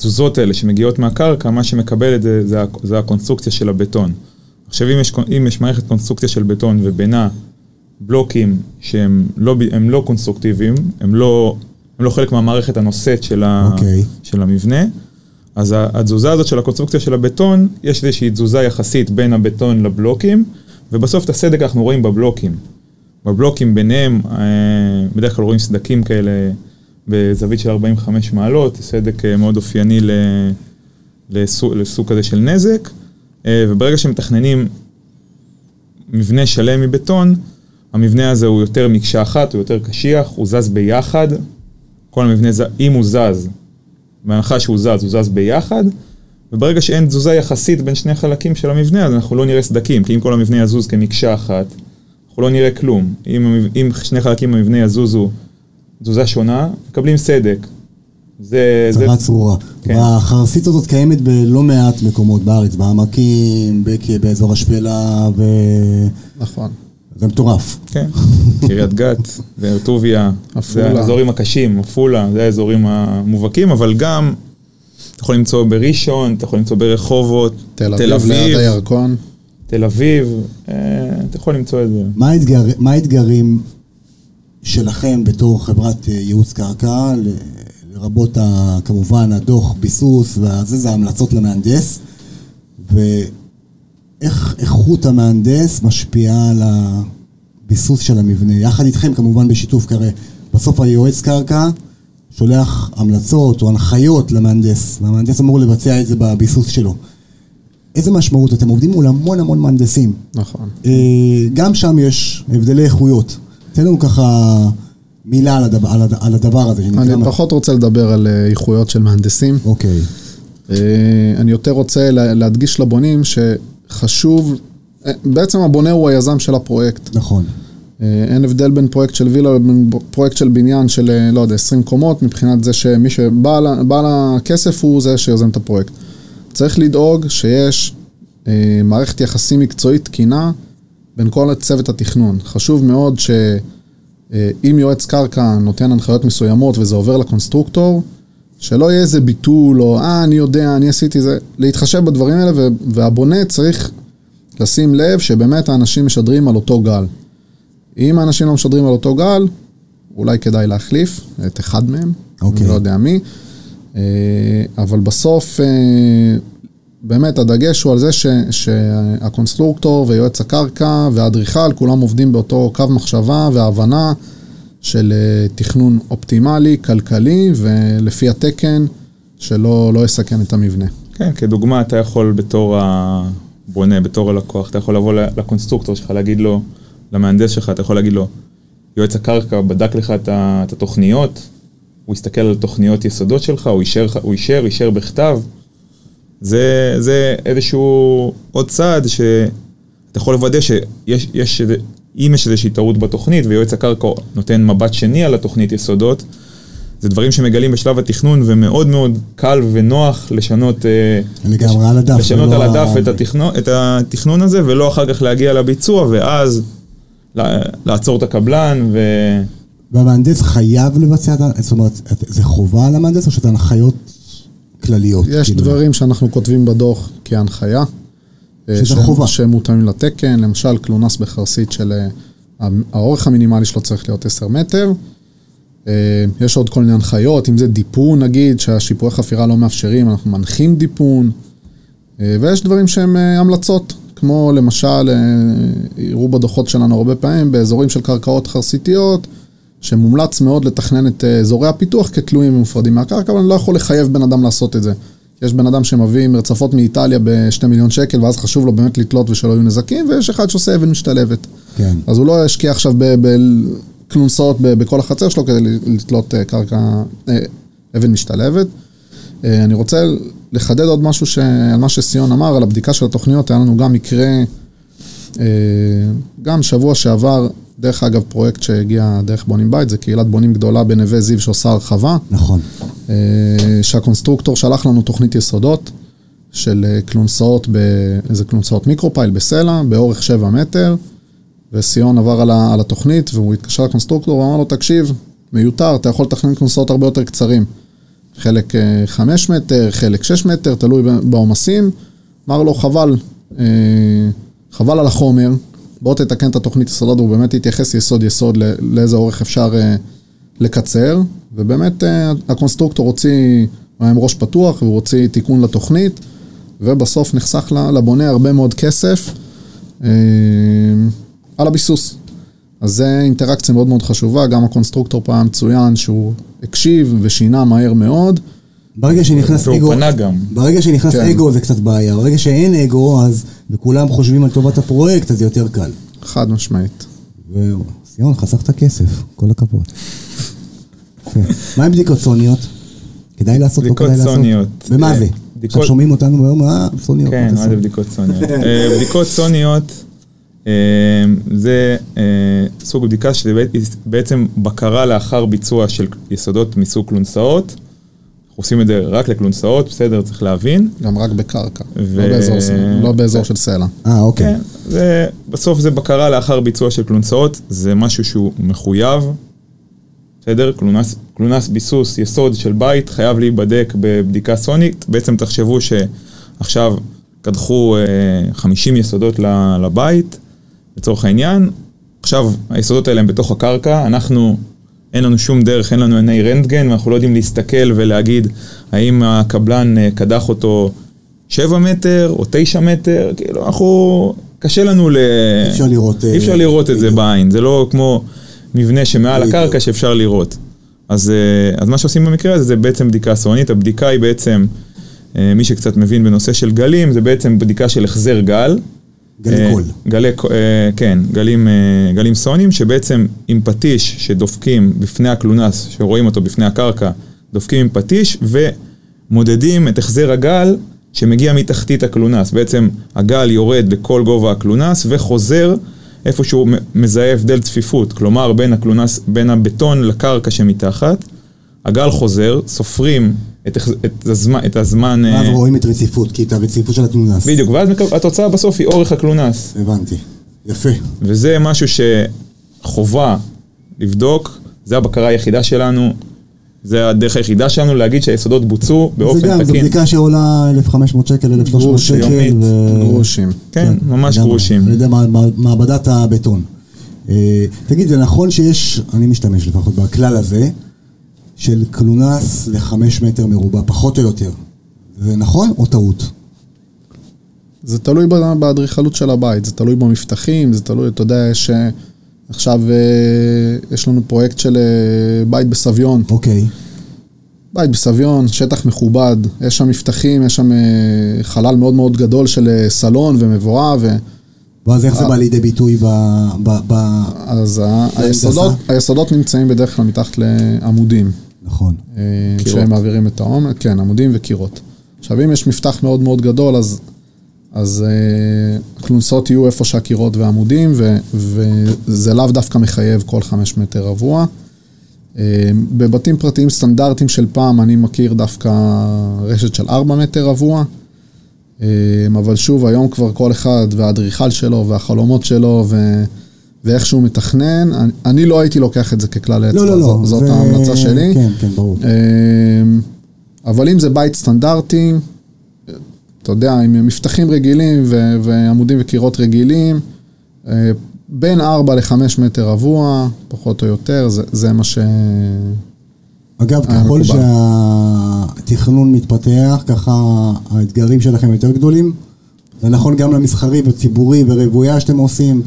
Speaker 3: התזוזות האלה שמגיעות מהקרקע, מה שמקבל את זה, זה הקונסטרוקציה של הבטון. עכשיו, אם יש מערכת קונסטרוקציה של בטון ובינה בלוקים שהם לא קונסטרוקטיביים, הם לא חלק מהמערכת הנושאת של המבנה, אז התזוזה הזאת של הקונסטרוקציה של הבטון, יש איזושהי תזוזה יחסית בין הבטון לבלוקים, ובסוף את הסדק אנחנו רואים בבלוקים. בבלוקים ביניהם, בדרך כלל רואים סדקים כאלה בזווית של 45 מעלות, סדק מאוד אופייני לסוג כזה של נזק, וברגע שמתכננים מבנה שלם מבטון, המבנה הזה הוא יותר מקשה אחת, הוא יותר קשיח, הוא זז ביחד, כל המבנה, אם הוא זז, בהנחה שהוא זז, הוא זז ביחד, וברגע שאין תזוזה יחסית בין שני חלקים של המבנה, אז אנחנו לא נראה סדקים, כי אם כל המבנה יזוז כמקשה אחת, אנחנו לא נראה כלום. אם שני חלקים במבנה יזוזו תזוזה שונה, מקבלים סדק.
Speaker 1: צרה צרורה.
Speaker 3: כן.
Speaker 1: החרסית הזאת קיימת בלא מעט מקומות בארץ, בעמקים, באזור השפלה,
Speaker 2: נכון.
Speaker 1: זה מטורף.
Speaker 3: כן, קריית גת, והרטוביה, זה האזורים הקשים, אפולה, זה האזורים המובהקים, אבל גם אתה יכול למצוא בראשון, אתה יכול למצוא ברחובות,
Speaker 2: תל אביב, ליד הירקון.
Speaker 3: תל אביב, אתה יכול למצוא את זה.
Speaker 1: מה האתגרים שלכם בתור חברת ייעוץ קרקע, לרבות כמובן הדוח ביסוס, זה ההמלצות למהנדס, ואיך איכות המהנדס משפיעה על הביסוס של המבנה, יחד איתכם כמובן בשיתוף קרה, בסוף היועץ קרקע שולח המלצות או הנחיות למהנדס, והמהנדס אמור לבצע את זה בביסוס שלו. איזה משמעות? אתם עובדים מול המון מהנדסים.
Speaker 2: נכון.
Speaker 1: גם שם יש הבדלי איכויות. תן לנו ככה מילה על הדבר הזה.
Speaker 2: אני פחות רוצה לדבר על איכויות של מהנדסים.
Speaker 1: אוקיי.
Speaker 2: אני יותר רוצה להדגיש לבונים שחשוב, בעצם הבונה הוא היזם של הפרויקט.
Speaker 1: נכון.
Speaker 2: אין הבדל בין פרויקט של וילה לבין פרויקט של בניין של, לא יודע, 20 קומות, מבחינת זה שמי שבעל הכסף הוא זה שיוזם את הפרויקט. צריך לדאוג שיש מערכת יחסים מקצועית תקינה בין כל צוות התכנון. חשוב מאוד שאם יועץ קרקע נותן הנחיות מסוימות וזה עובר לקונסטרוקטור, שלא יהיה איזה ביטול או אני יודע, אני עשיתי זה, להתחשב בדברים האלה והבונה צריך לשים לב שבאמת האנשים משדרים על אותו גל. אם האנשים לא משדרים על אותו גל, אולי כדאי להחליף את אחד מהם, אני לא יודע מי, אבל בסוף באמת הדגש הוא על זה שהקונסטרוקטור ויועץ הקרקע והאדריכל כולם עובדים באותו קו מחשבה וההבנה של תכנון אופטימלי, כלכלי ולפי התקן שלא יסכן את המבנה.
Speaker 3: כן, כדוגמה אתה יכול בתור הבונה, בתור הלקוח, אתה יכול לבוא לקונסטרוקטור שלך, להגיד לו, למהנדס שלך, אתה יכול להגיד לו, יועץ הקרקע בדק לך את התוכניות, הוא יסתכל על תוכניות יסודות שלך, הוא יישאר בכתב. זה איזשהו עוד צעד שאתה יכול לוודא אם יש איזושהי טעות בתוכנית, ויועץ הקרקע נותן מבט שני על התוכנית יסודות, זה דברים שמגלים בשלב התכנון, ומאוד מאוד קל ונוח לשנות על הדף את התכנון הזה, ולא אחר כך להגיע לביצוע, ואז לעצור את הקבלן
Speaker 1: והמהנדס חייב לבצע, זאת אומרת, זה חובה על המהנדס או שזה הנחיות כלליות?
Speaker 2: יש דברים שאנחנו כותבים בדוח כהנחיה.
Speaker 1: שזה חובה.
Speaker 2: שהם מותאמים לתקן, למשל קלונס בחרסית של האורך המינימלי שלו צריך להיות 10 מטר. יש עוד כל מיני הנחיות, אם זה דיפון נגיד, שהשיפורי חפירה לא מאפשרים, אנחנו מנחים דיפון. ויש דברים שהם המלצות, כמו למשל, יראו בדוחות שלנו הרבה פעמים, באזורים של קרקעות חרסיתיות, שמומלץ מאוד לתכנן את אזורי הפיתוח כתלויים ומופרדים מהקרקע, אבל אני לא יכול לחייב בן אדם לעשות את זה. יש בן אדם שמביא מרצפות מאיטליה ב2 מיליון שקל, ואז חשוב לו באמת לתלות ושלא יהיו נזקים, ויש אחד שעושה אבן משתלבת.
Speaker 1: כן.
Speaker 2: אז הוא לא ישקיע עכשיו בקלונסות בכל החצר שלו, כדי לתלות קרקע, אבן משתלבת. אני רוצה לחדד עוד משהו על מה שסיון אמר, על הבדיקה של התוכניות, היה לנו גם מקרה, גם שבוע שעבר, דרך אגב פרויקט שהגיע דרך בונים בית, זה קהילת בונים גדולה בנווה זיו שעושה הרחבה.
Speaker 1: נכון.
Speaker 2: שהקונסטרוקטור שלח לנו תוכנית יסודות של קלונסאות, איזה קלונסאות מיקרופייל בסלע, באורך 7 מטר, וסיון עבר על התוכנית, והוא התקשר לקונסטרוקטור ואמר לו, תקשיב, מיותר, אתה יכול לתכנן קלונסאות הרבה יותר קצרים. חלק 5 מטר, חלק 6 מטר, תלוי בעומסים. אמר לו, חבל על החומר, בוא תתקן את התוכנית יסודות, הוא באמת התייחס יסוד לאיזה אורך אפשר לקצר, ובאמת הקונסטרוקטור הוציא, הוא היה עם ראש פתוח, והוא הוציא תיקון לתוכנית, ובסוף נחסך לבונה הרבה מאוד כסף על הביסוס. אז זה אינטראקציה מאוד מאוד חשובה, גם הקונסטרוקטור פעם מצוין שהוא הקשיב ושינה מהר מאוד.
Speaker 1: ברגע שנכנס אגו, ברגע שנכנס אגו זה קצת בעיה, ברגע שאין אגו אז וכולם חושבים על טובת הפרויקט אז זה יותר קל.
Speaker 2: חד משמעית.
Speaker 1: סיון, חסכת כסף, כל הכבוד. מה עם בדיקות סוניות? כדאי לעשות או כדאי לעשות?
Speaker 3: בדיקות סוניות.
Speaker 1: ומה זה? עכשיו שומעים אותנו היום, סוניות.
Speaker 3: כן, מה זה בדיקות סוניות? בדיקות סוניות זה סוג בדיקה שזה בעצם בקרה לאחר ביצוע של יסודות מסוג קלונסאות. אנחנו עושים את זה רק לקלונסאות, בסדר, צריך להבין.
Speaker 2: גם רק בקרקע, לא באזור של סלע.
Speaker 1: אוקיי.
Speaker 3: בסוף זה בקרה לאחר ביצוע של קלונסאות, זה משהו שהוא מחויב. בסדר, קלונס ביסוס יסוד של בית חייב להיבדק בבדיקה סונית. בעצם תחשבו שעכשיו קדחו 50 יסודות לבית, לצורך העניין. עכשיו היסודות האלה הם בתוך הקרקע, אין לנו שום דרך, אין לנו עיני רנטגן, ואנחנו לא יודעים להסתכל ולהגיד האם הקבלן קדח אותו 7 מטר או 9 מטר, כאילו קשה לנו אי אפשר לראות את זה בעין, זה לא כמו מבנה שמעל הקרקע שאפשר לראות. אז מה שעושים במקרה הזה זה בעצם בדיקה סונית, הבדיקה היא בעצם, מי שקצת מבין בנושא של גלים, זה בעצם בדיקה של החזר גל. גלים סוניים, שבעצם עם פטיש שדופקים בפני הקלונס, שרואים אותו בפני הקרקע, דופקים עם פטיש ומודדים את החזר הגל שמגיע מתחתית הקלונס. בעצם הגל יורד לכל גובה הקלונס וחוזר איפה שהוא מזהה הבדל צפיפות, כלומר בין הבטון לקרקע שמתחת, הגל חוזר, סופרים את הזמן...
Speaker 1: ואז רואים את רציפות, כי את הרציפות של הקלונס.
Speaker 3: בדיוק, ואז התוצאה בסוף היא אורך הקלונס.
Speaker 1: הבנתי, יפה.
Speaker 3: וזה משהו שחובה לבדוק, זה הבקרה היחידה שלנו, זה הדרך היחידה שלנו להגיד שהיסודות בוצעו באופן תקין.
Speaker 1: זה גם, זו בדיקה שעולה 1,500 שקל, 1,300 שקל.
Speaker 2: גרושים.
Speaker 3: כן, ממש גרושים.
Speaker 1: על ידי מעבדת הבטון. תגיד, זה נכון שיש, אני משתמש לפחות בכלל הזה, של קלונס ל5 מטר מרובע, פחות או יותר. זה נכון או טעות?
Speaker 2: זה תלוי באדריכלות של הבית, זה תלוי במפתחים, זה תלוי, אתה יודע, עכשיו יש לנו פרויקט של בית בסביון.
Speaker 1: אוקיי.
Speaker 2: בית בסביון, שטח מכובד, יש שם מפתחים, יש שם חלל מאוד מאוד גדול של סלון ומבואה
Speaker 1: ואז איך זה בא לידי ביטוי
Speaker 2: אז היסודות נמצאים בדרך כלל מתחת לעמודים.
Speaker 1: נכון.
Speaker 2: שהם מעבירים את העומק, כן, עמודים וקירות. עכשיו, אם יש מפתח מאוד מאוד גדול, אז הקלונסות יהיו איפה שהקירות והעמודים, וזה לאו דווקא מחייב כל 5 מטר רבוע. בבתים פרטיים סטנדרטיים של פעם, אני מכיר דווקא רשת של 4 מטר רבוע, אבל שוב, היום כבר כל אחד והאדריכל שלו והחלומות שלו ואיך שהוא מתכנן, אני לא הייתי לוקח את זה ככלל אצבע,
Speaker 1: לא,
Speaker 2: זאת ההמלצה שלי.
Speaker 1: כן, כן, ברור.
Speaker 2: אבל אם זה בית סטנדרטי, אתה יודע, עם מפתחים רגילים ועמודים וקירות רגילים, בין 4 ל-5 מטר רבוע, פחות או יותר, זה מה ש...
Speaker 1: אגב, ככל שהתכנון מתפתח, ככה האתגרים שלכם יותר גדולים. זה נכון גם למסחרי וציבורי ורבויה שאתם עושים.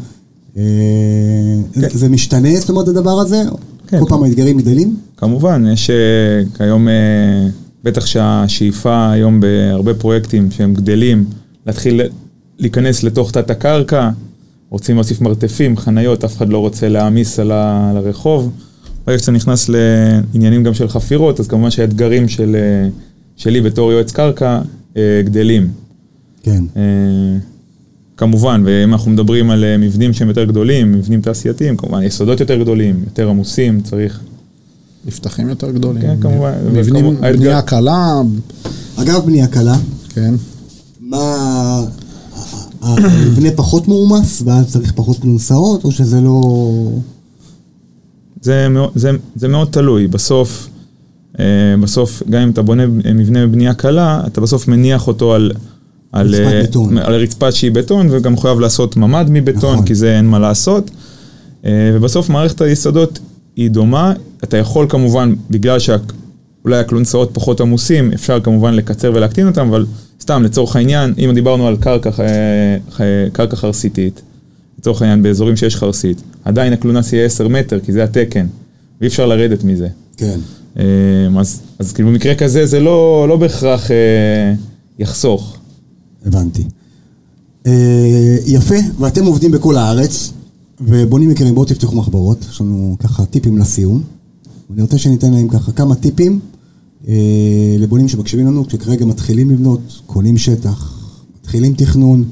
Speaker 1: זה משתנה, זאת אומרת, הדבר הזה? כל פעם האתגרים גדלים?
Speaker 3: כמובן, יש כיום, בטח שהשאיפה היום בהרבה פרויקטים שהם גדלים, להתחיל להיכנס לתוך תת הקרקע, רוצים להוסיף מרתפים, חניות, אף אחד לא רוצה להעמיס על הרחוב. ברגע שאתה נכנס לעניינים גם של חפירות, אז כמובן שהאתגרים שלי בתור יועץ קרקע גדלים.
Speaker 1: כן.
Speaker 3: כמובן, ואם אנחנו מדברים על מבנים שהם יותר גדולים, מבנים תעשייתיים, כמובן, יסודות יותר גדולים, יותר עמוסים, צריך...
Speaker 2: מפתחים יותר גדולים.
Speaker 3: כן, כמובן.
Speaker 2: מבנים, בנייה קלה.
Speaker 1: אגב, בנייה קלה.
Speaker 2: כן.
Speaker 1: מה... המבנה פחות מאומס, ואז צריך פחות קלונסאות, או שזה לא...
Speaker 3: זה מאוד תלוי. בסוף, בסוף, גם אם אתה בונה מבנה בבנייה קלה, אתה בסוף מניח אותו על רצפת שהיא בטון, וגם מחויב לעשות ממד מבטון, כי זה אין מה לעשות. ובסוף מערכת היסודות היא דומה, אתה יכול כמובן, בגלל שאולי הקלונסאות פחות עמוסים, אפשר כמובן לקצר ולהקטין אותם, אבל סתם לצורך העניין, אם דיברנו על קרקע חרסיתית, לצורך העניין באזורים שיש חרסית, עדיין הקלונס יהיה 10 מטר, כי זה התקן, ואי אפשר לרדת מזה.
Speaker 1: כן.
Speaker 3: אז כאילו במקרה כזה זה לא בהכרח יחסוך.
Speaker 1: הבנתי. יפה, ואתם עובדים בכל הארץ, ובונים יקרים, בואו תפתחו מחברות, יש לנו ככה טיפים לסיום. אני רוצה שניתן להם ככה כמה טיפים לבונים שמקשיבים לנו, כשכרגע מתחילים לבנות, קונים שטח, מתחילים תכנון,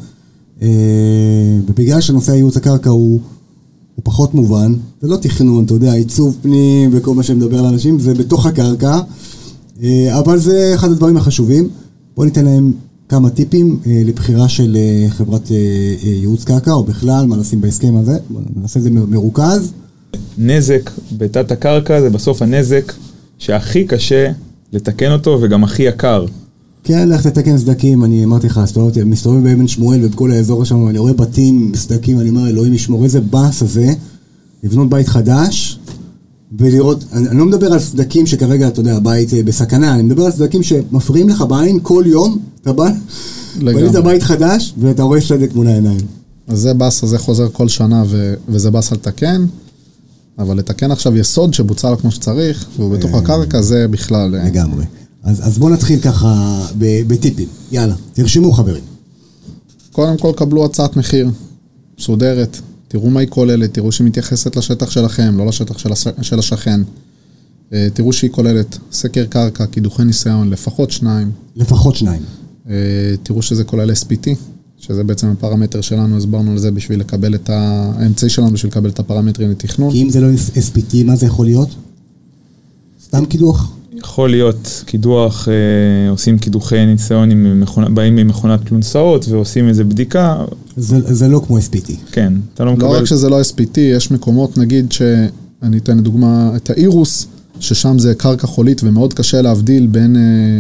Speaker 1: ובגלל שנושא הייעוץ הקרקע הוא פחות מובן, זה לא תכנון, אתה יודע, עיצוב פנים וכל מה שמדבר לאנשים, זה בתוך הקרקע, אבל זה אחד הדברים החשובים. בואו ניתן להם כמה טיפים לבחירה של חברת ייעוץ קרקע, או בכלל, מה נשים בהסכם הזה, נעשה את זה מרוכז.
Speaker 3: נזק בתת הקרקע זה בסוף הנזק שהכי קשה לתקן אותו וגם הכי יקר.
Speaker 1: כן, לך תתקן סדקים, אני אמרתי לך, מסתובב באבן שמואל ובכל האזור שם, אני רואה בתים, סדקים, אני אומר, אלוהים ישמור, איזה בס הזה, לבנות בית חדש, ולראות, אני לא מדבר על סדקים שכרגע, אתה יודע, הבית בסכנה, אני מדבר על סדקים שמפריעים לך בעין כל יום, אתה בא, בנית בית חדש, ואתה רואה סדק מול העיניים.
Speaker 2: אז זה בס, זה חוזר כל שנה, וזה בס על תקן, אבל לתקן עכשיו יסוד שבוצע לו כמו שצריך, ובתוך הקרקע זה בכלל...
Speaker 1: לגמרי. אז בואו נתחיל ככה בטיפים. יאללה, תרשמו חברים.
Speaker 2: קודם כל קבלו הצעת מחיר, מסודרת, תראו מה היא כוללת, תראו שהיא מתייחסת לשטח שלכם, לא לשטח של השכן. תראו שהיא כוללת סקר קרקע, קידוחי ניסיון, לפחות 2.
Speaker 1: לפחות 2.
Speaker 2: תראו שזה כולל SPT, שזה בעצם הפרמטר שלנו, הסברנו לזה בשביל לקבל את האמצעי שלנו, בשביל לקבל את הפרמטרים לתכנון.
Speaker 1: כי אם זה לא SPT, מה זה יכול להיות? סתם קידוח?
Speaker 3: יכול להיות קידוח, עושים קידוחי ניסיון, באים ממכונת קלונסאות ועושים איזו בדיקה.
Speaker 1: זה לא כמו SPT.
Speaker 3: כן, אתה לא מקבל...
Speaker 2: לא רק שזה לא SPT, יש מקומות, נגיד שאני אתן לדוגמה את האירוס, ששם זה קרקע חולית ומאוד קשה להבדיל בין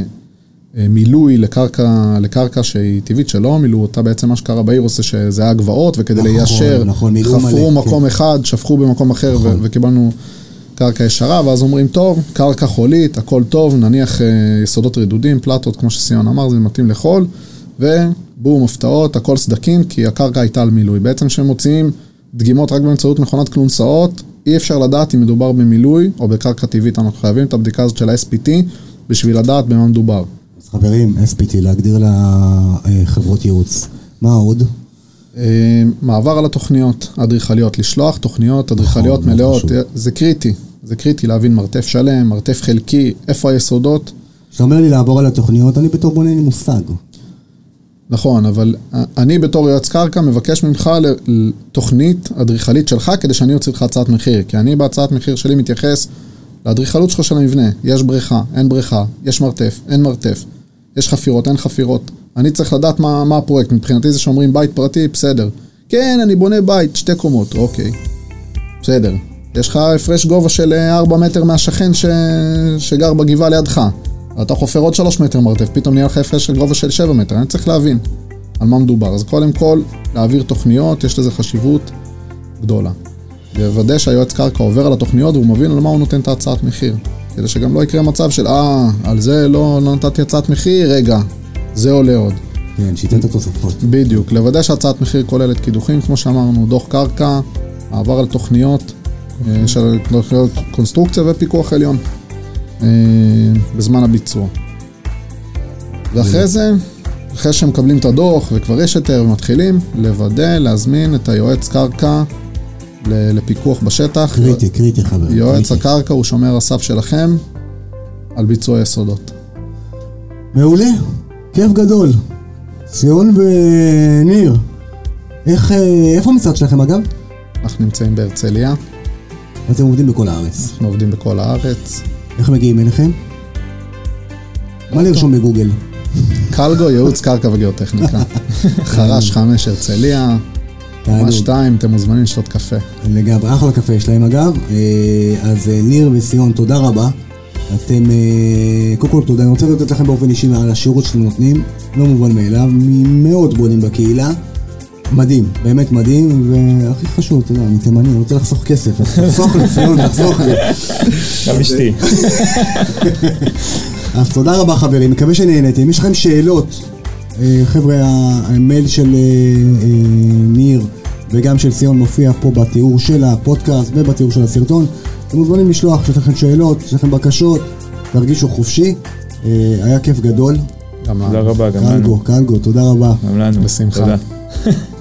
Speaker 2: מילוי לקרקע שהיא טבעית שלא, מילאו אותה בעצם מה שקרה באירוס, שזה היה גבעות, וכדי ליישר, חפרו מקום אחד, שפכו במקום אחר וקיבלנו... קרקע ישרה, ואז אומרים, טוב, קרקע חולית, הכל טוב, נניח יסודות רדודים, פלטות, כמו שסיון אמר, זה מתאים לחול, ובום, הפתעות, הכל סדקים, כי הקרקע הייתה על מילוי. בעצם שהם מוציאים דגימות רק באמצעות מכונת קלונסאות, אי אפשר לדעת אם מדובר במילוי או בקרקע טבעית, אנחנו חייבים את הבדיקה הזאת של ה-SPT, בשביל לדעת במה מדובר.
Speaker 1: אז חברים, SPT, להגדיר לחברות ייעוץ. מה עוד?
Speaker 2: מעבר על התוכניות האדריכליות, לשלוח תוכניות אדריכליות מלאות, זה קריטי, זה קריטי להבין מרתף שלם, מרתף חלקי, איפה היסודות.
Speaker 1: כשאתה אומר לי לעבור על התוכניות, אני בתור בונה לי מושג.
Speaker 2: נכון, אבל אני בתור יועץ קרקע מבקש ממך תוכנית אדריכלית שלך, כדי שאני אוציא לך הצעת מחיר, כי אני בהצעת מחיר שלי מתייחס לאדריכלות שלך של המבנה, יש בריכה, אין בריכה, יש מרתף, אין מרתף, יש חפירות, אין חפירות. אני צריך לדעת מה הפרויקט. מבחינתי זה שאומרים בית פרטי, בסדר. כן, אני בונה בית, 2 קומות, אוקיי. בסדר. יש לך הפרש גובה של 4 מטר מהשכן שגר בגבעה לידך. אתה חופר עוד 3 מטר מרתף, פתאום נהיה לך הפרש של גובה של 7 מטר. אני צריך להבין על מה מדובר. אז קודם כל, להעביר תוכניות, יש לזה חשיבות גדולה. לוודא שהיועץ קרקע עובר על התוכניות, והוא מבין על מה הוא נותן את ההצעת מחיר. כדי שגם לא יקרה מצב של, על זה לא נתתי הצעת מחיר, רגע. זה עולה עוד.
Speaker 1: כן, שיתן את התוספות.
Speaker 2: בדיוק, לוודא שהצעת מחיר כוללת קידוחים, כמו שאמרנו, דוח קרקע, מעבר על תוכניות, של קונסטרוקציה ופיקוח עליון, בזמן הביצוע. ואחרי זה, אחרי שמקבלים את הדוח וכבר יש יותר ומתחילים, לוודא, להזמין את היועץ קרקע לפיקוח בשטח.
Speaker 1: קריטי חבר.
Speaker 2: יועץ הקרקע הוא שומר הסף שלכם על ביצוע יסודות.
Speaker 1: מעולה. כיף גדול. ציון וניר, איפה המשרד שלכם אגב?
Speaker 2: אנחנו נמצאים בהרצליה.
Speaker 1: אתם עובדים בכל הארץ?
Speaker 2: אנחנו עובדים בכל הארץ.
Speaker 1: איך מגיעים אליכם? מה לרשום בגוגל?
Speaker 2: קלגו, ייעוץ קרקע וגיאוטכניקה. חרש 5 הרצליה. ממש 2, אתם מוזמנים לשתות קפה.
Speaker 1: לגמרי, אחלה קפה יש להם אגב. אז ניר וציון, תודה רבה. אתם, קודם כל תודה, אני רוצה לתת לכם באופן אישי על השירות שאתם נותנים, לא מובן מאליו, ממאות בונים בקהילה, מדהים, באמת מדהים, והכי חשוב, אתה יודע, אני תימני, אני רוצה לחסוך כסף, תחסוך לי, סיון, תחסוך לי.
Speaker 3: גם אשתי.
Speaker 1: אז תודה רבה חברים, מקווה שנהנתם, אם יש לכם שאלות, חבר'ה, המייל של ניר וגם של סיון מופיע פה בתיאור של הפודקאסט ובתיאור של הסרטון, אתם מוזמנים לשלוח, יש לכם שאלות, יש לכם בקשות, תרגישו חופשי, היה כיף גדול.
Speaker 3: תודה רבה, גם לנו.
Speaker 1: קלגו, תודה רבה.
Speaker 3: גם לנו.
Speaker 2: בשמחה.
Speaker 3: תודה.